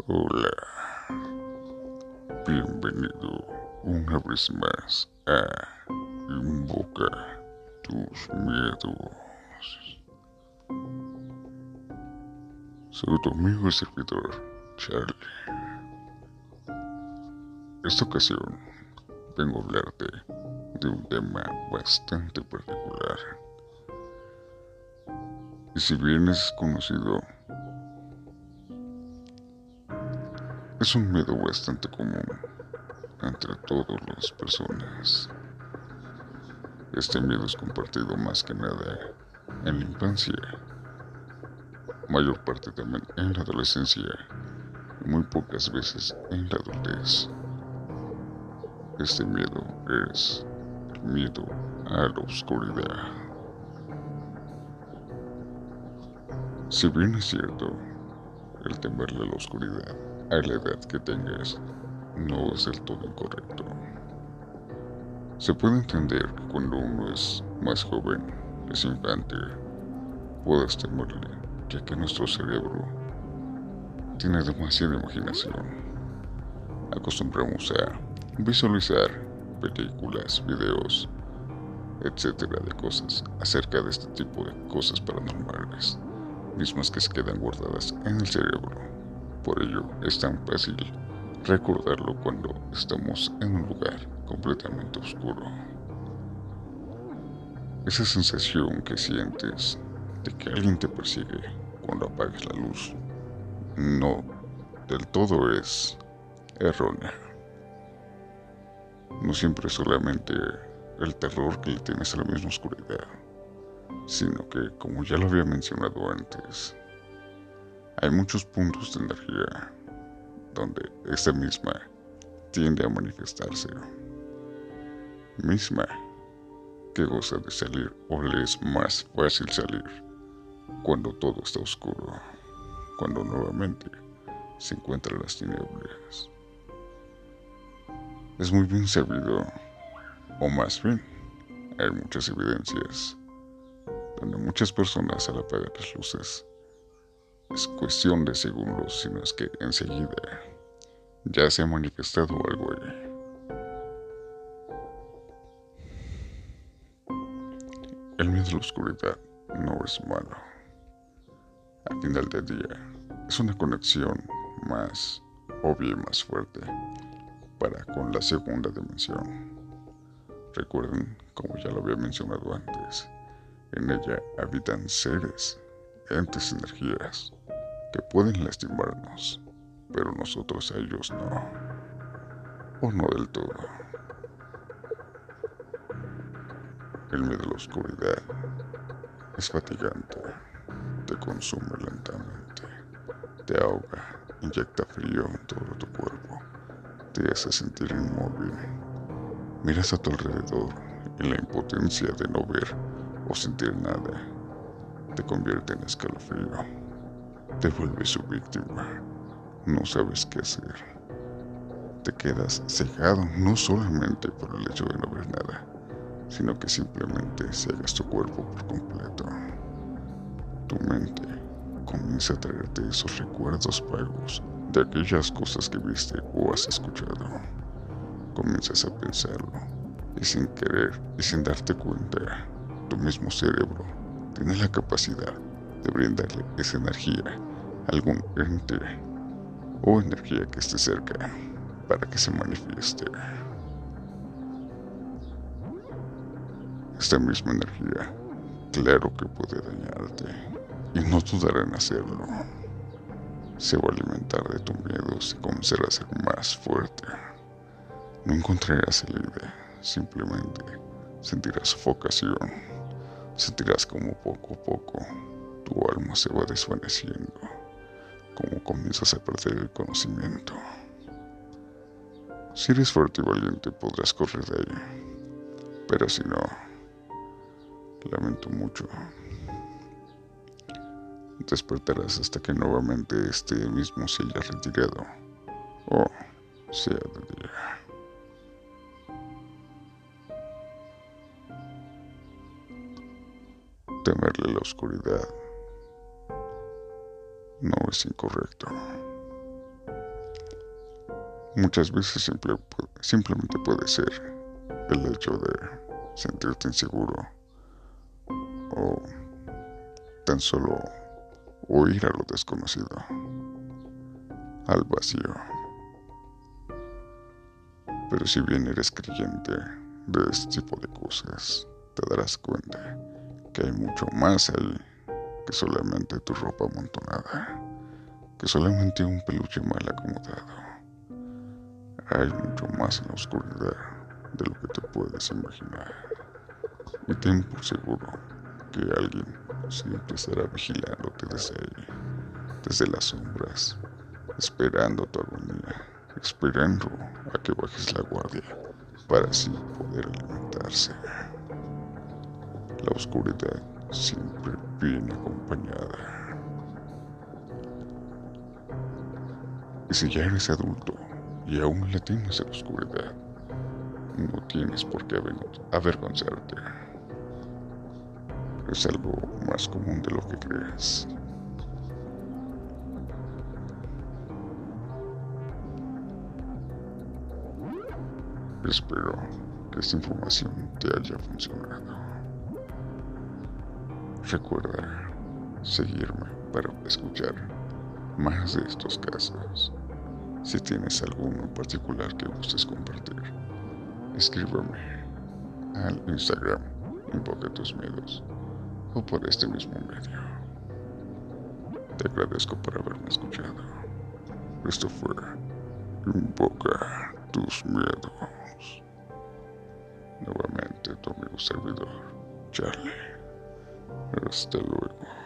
Hola, bienvenido una vez más a Invoca tus miedos. Soy tu amigo y servidor, Charlie. Esta ocasión vengo a hablarte de un tema bastante particular. Y si bien es conocido, es un miedo bastante común entre todas las personas. Este miedo es compartido más que nada en la infancia, mayor parte también en la adolescencia y muy pocas veces en la adultez. Este miedo es el miedo a la oscuridad. Si bien es cierto, el temerle a la oscuridad a la edad que tengas no es del todo incorrecto. Se puede entender que cuando uno es más joven, es infante, puedas temerle, ya que nuestro cerebro tiene demasiada imaginación. Acostumbramos a visualizar películas, videos, etcétera, de cosas acerca de este tipo de cosas paranormales, mismas que se quedan guardadas en el cerebro. Por ello es tan fácil recordarlo cuando estamos en un lugar completamente oscuro. Esa sensación que sientes de que alguien te persigue cuando apagas la luz no del todo es errónea. No siempre es solamente el terror que le tienes a la misma oscuridad, sino que, como ya lo había mencionado antes, hay muchos puntos de energía donde esta misma tiende a manifestarse, misma que goza de salir o le es más fácil salir cuando todo está oscuro, cuando nuevamente se encuentran las tinieblas. Es muy bien sabido, o más bien, hay muchas evidencias donde muchas personas al apagar las luces es cuestión de segundos, sino es que enseguida ya se ha manifestado algo ahí. El miedo a la oscuridad no es malo. Al final del día, es una conexión más obvia y más fuerte para con la segunda dimensión. Recuerden, como ya lo había mencionado antes, en ella habitan seres, entes, energías que pueden lastimarnos, pero nosotros a ellos no, o no del todo. El miedo a la oscuridad es fatigante, te consume lentamente, te ahoga, inyecta frío en todo tu cuerpo, te hace sentir inmóvil. Miras a tu alrededor y la impotencia de no ver o sentir nada te convierte en escalofrío, te vuelves su víctima, no sabes qué hacer, te quedas cegado no solamente por el hecho de no ver nada, sino que simplemente cegas tu cuerpo por completo. Tu mente comienza a traerte esos recuerdos vagos de aquellas cosas que viste o has escuchado. Comienzas a pensarlo y sin querer y sin darte cuenta, tu mismo cerebro tiene la capacidad de brindarle esa energía a algún ente o energía que esté cerca para que se manifieste. Esta misma energía, claro que puede dañarte y no dudará en hacerlo. Se va a alimentar de tu miedo y comenzará a ser más fuerte. No encontrarás salida, simplemente sentirás sofocación, sentirás como poco a poco tu alma se va desvaneciendo, como comienzas a perder el conocimiento. Si eres fuerte y valiente podrás correr de ahí, pero si no, lamento mucho, despertarás hasta que nuevamente este mismo se haya retirado, o sea de día. Temerle la oscuridad no es incorrecto. Muchas veces simplemente puede ser el hecho de sentirte inseguro o tan solo huir a lo desconocido, al vacío. Pero si bien eres creyente de este tipo de cosas, te darás cuenta que hay mucho más ahí que solamente tu ropa amontonada, que solamente un peluche mal acomodado. Hay mucho más en la oscuridad de lo que te puedes imaginar. Y ten por seguro que alguien siempre estará vigilándote desde ahí, desde las sombras, esperando tu agonía, esperando a que bajes la guardia para así poder alimentarse. La oscuridad siempre viene acompañada. Y si ya eres adulto y aún le temes a la oscuridad, no tienes por qué avergonzarte. Es algo más común de lo que crees. Espero que esta información te haya funcionado. Recuerda seguirme para escuchar más de estos casos. Si tienes alguno en particular que gustes compartir, escríbeme al Instagram Invoca tus miedos o por este mismo medio. Te agradezco por haberme escuchado. Esto fue Invoca tus miedos. Nuevamente tu amigo servidor, Charlie. Hasta luego.